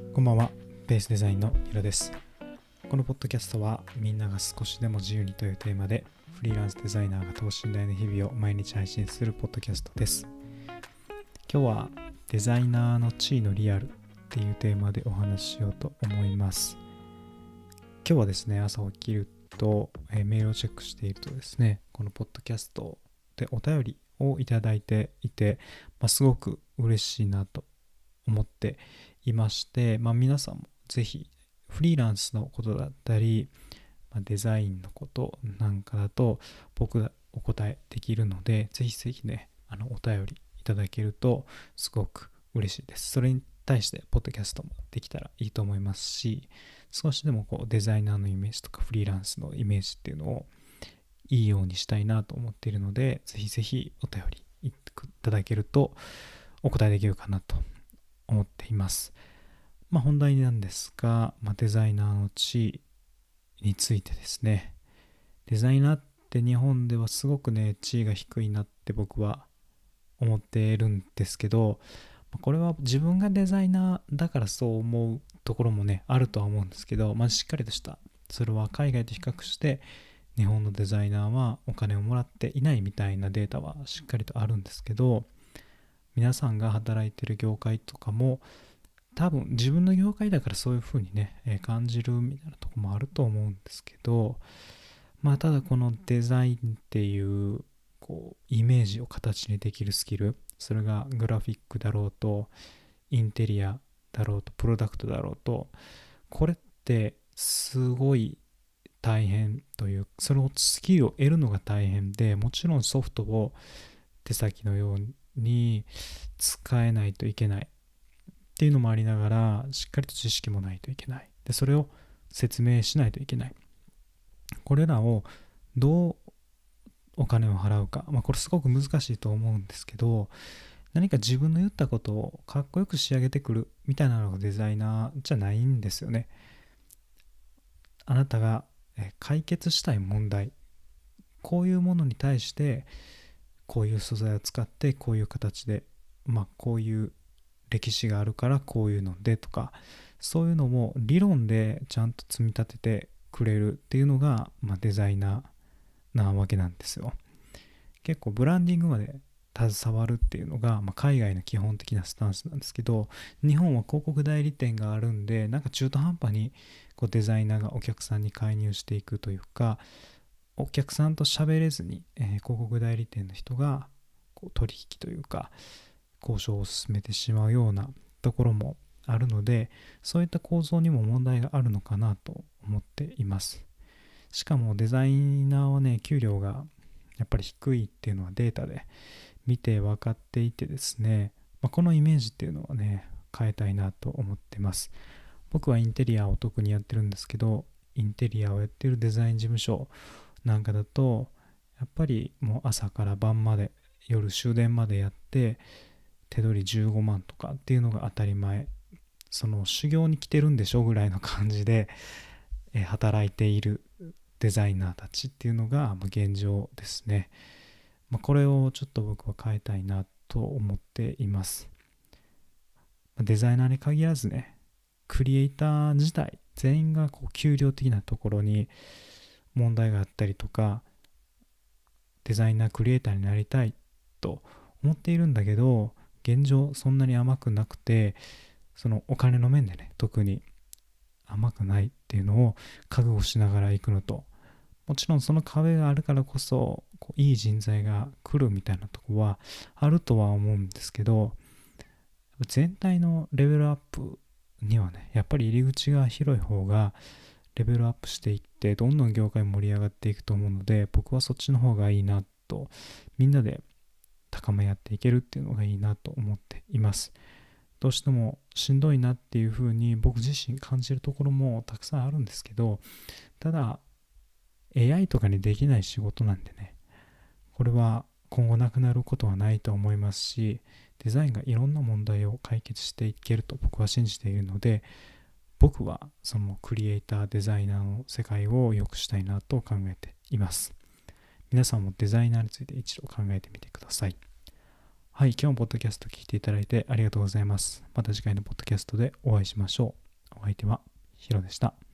こんばんは、ベースデザインのヒロです。このポッドキャストはみんなが少しでも自由にというテーマでフリーランスデザイナーが等身大の日々を毎日配信するポッドキャストです。今日はデザイナーの地位のリアルっていうテーマでお話ししようと思います。今日はですね、朝起きるとメールをチェックしているとですね、このポッドキャストでお便りをいただいていて、すごく嬉しいなと思っていまして、皆さんもぜひフリーランスのことだったり、デザインのことなんかだと僕がお答えできるので、ぜひぜひね、お便りいただけるとすごく嬉しいです。それに対してポッドキャストもできたらいいと思いますし、少しでもデザイナーのイメージとかフリーランスのイメージっていうのをいいようにしたいなと思っているので、ぜひぜひお便りいただけるとお答えできるかなと思っています。本題なんですが、デザイナーの地位についてですね。デザイナーって日本ではすごくね、地位が低いなって僕は思っているんですけど、これは自分がデザイナーだからそう思うところもね、あるとは思うんですけど、しっかりとした、それは海外と比較して日本のデザイナーはお金をもらっていないみたいなデータはしっかりとあるんですけど、皆さんが働いてる業界とかも多分自分の業界だからそういう風にね、感じるみたいなとこもあると思うんですけど、ただこのデザインっていうイメージを形にできるスキル、それがグラフィックだろうとインテリアだろうとプロダクトだろうと、これってすごい大変という、そのスキルを得るのが大変で、もちろんソフトを手先のように使えないといけないっていうのもありながら、しっかりと知識もないといけない。で、それを説明しないといけない。これらをどうお金を払うか、これすごく難しいと思うんですけど、何か自分の言ったことをかっこよく仕上げてくるみたいなのがデザイナーじゃないんですよね。あなたが解決したい問題、こういうものに対してこういう素材を使ってこういう形で、こういう歴史があるからこういうのでとか、そういうのも理論でちゃんと積み立ててくれるっていうのが、デザイナーなわけなんですよ。結構ブランディングまで携わるっていうのが、海外の基本的なスタンスなんですけど、日本は広告代理店があるんで、中途半端にデザイナーがお客さんに介入していくというか、お客さんと喋れずに、広告代理店の人が取引というか交渉を進めてしまうようなところもあるので、そういった構造にも問題があるのかなと思っています。しかもデザイナーはね、給料がやっぱり低いっていうのはデータで見て分かっていてですね、このイメージっていうのはね、変えたいなと思ってます。僕はインテリアを特にやってるんですけど、インテリアをやってるデザイン事務所なんかだと、やっぱりもう朝から晩まで、夜終電までやって手取り15万とかっていうのが当たり前、その修行に来てるんでしょぐらいの感じで働いているデザイナーたちっていうのが現状ですね。これをちょっと僕は変えたいなと思っています。デザイナーに限らずね、クリエイター自体全員が給料的なところに問題があったりとか、デザイナークリエイターになりたいと思っているんだけど、現状そんなに甘くなくて、そのお金の面でね、特に甘くないっていうのを覚悟しながら行くのと、もちろんその壁があるからこそいい人材が来るみたいなとこはあるとは思うんですけど、全体のレベルアップにはね、やっぱり入り口が広い方がレベルアップしていってどんどん業界盛り上がっていくと思うので、僕はそっちの方がいいなと、みんなで高め合っていけるっていうのがいいなと思っています。どうしてもしんどいなっていう風に僕自身感じるところもたくさんあるんですけど、ただ AI とかにできない仕事なんでね、これは今後なくなることはないと思いますし、デザインがいろんな問題を解決していけると僕は信じているので、僕はそのクリエイターデザイナーの世界を良くしたいなと考えています。皆さんもデザイナーについて一度考えてみてください。 はい、今日もポッドキャスト聞いていただいてありがとうございます。また次回のポッドキャストでお会いしましょう。お相手はヒロでした。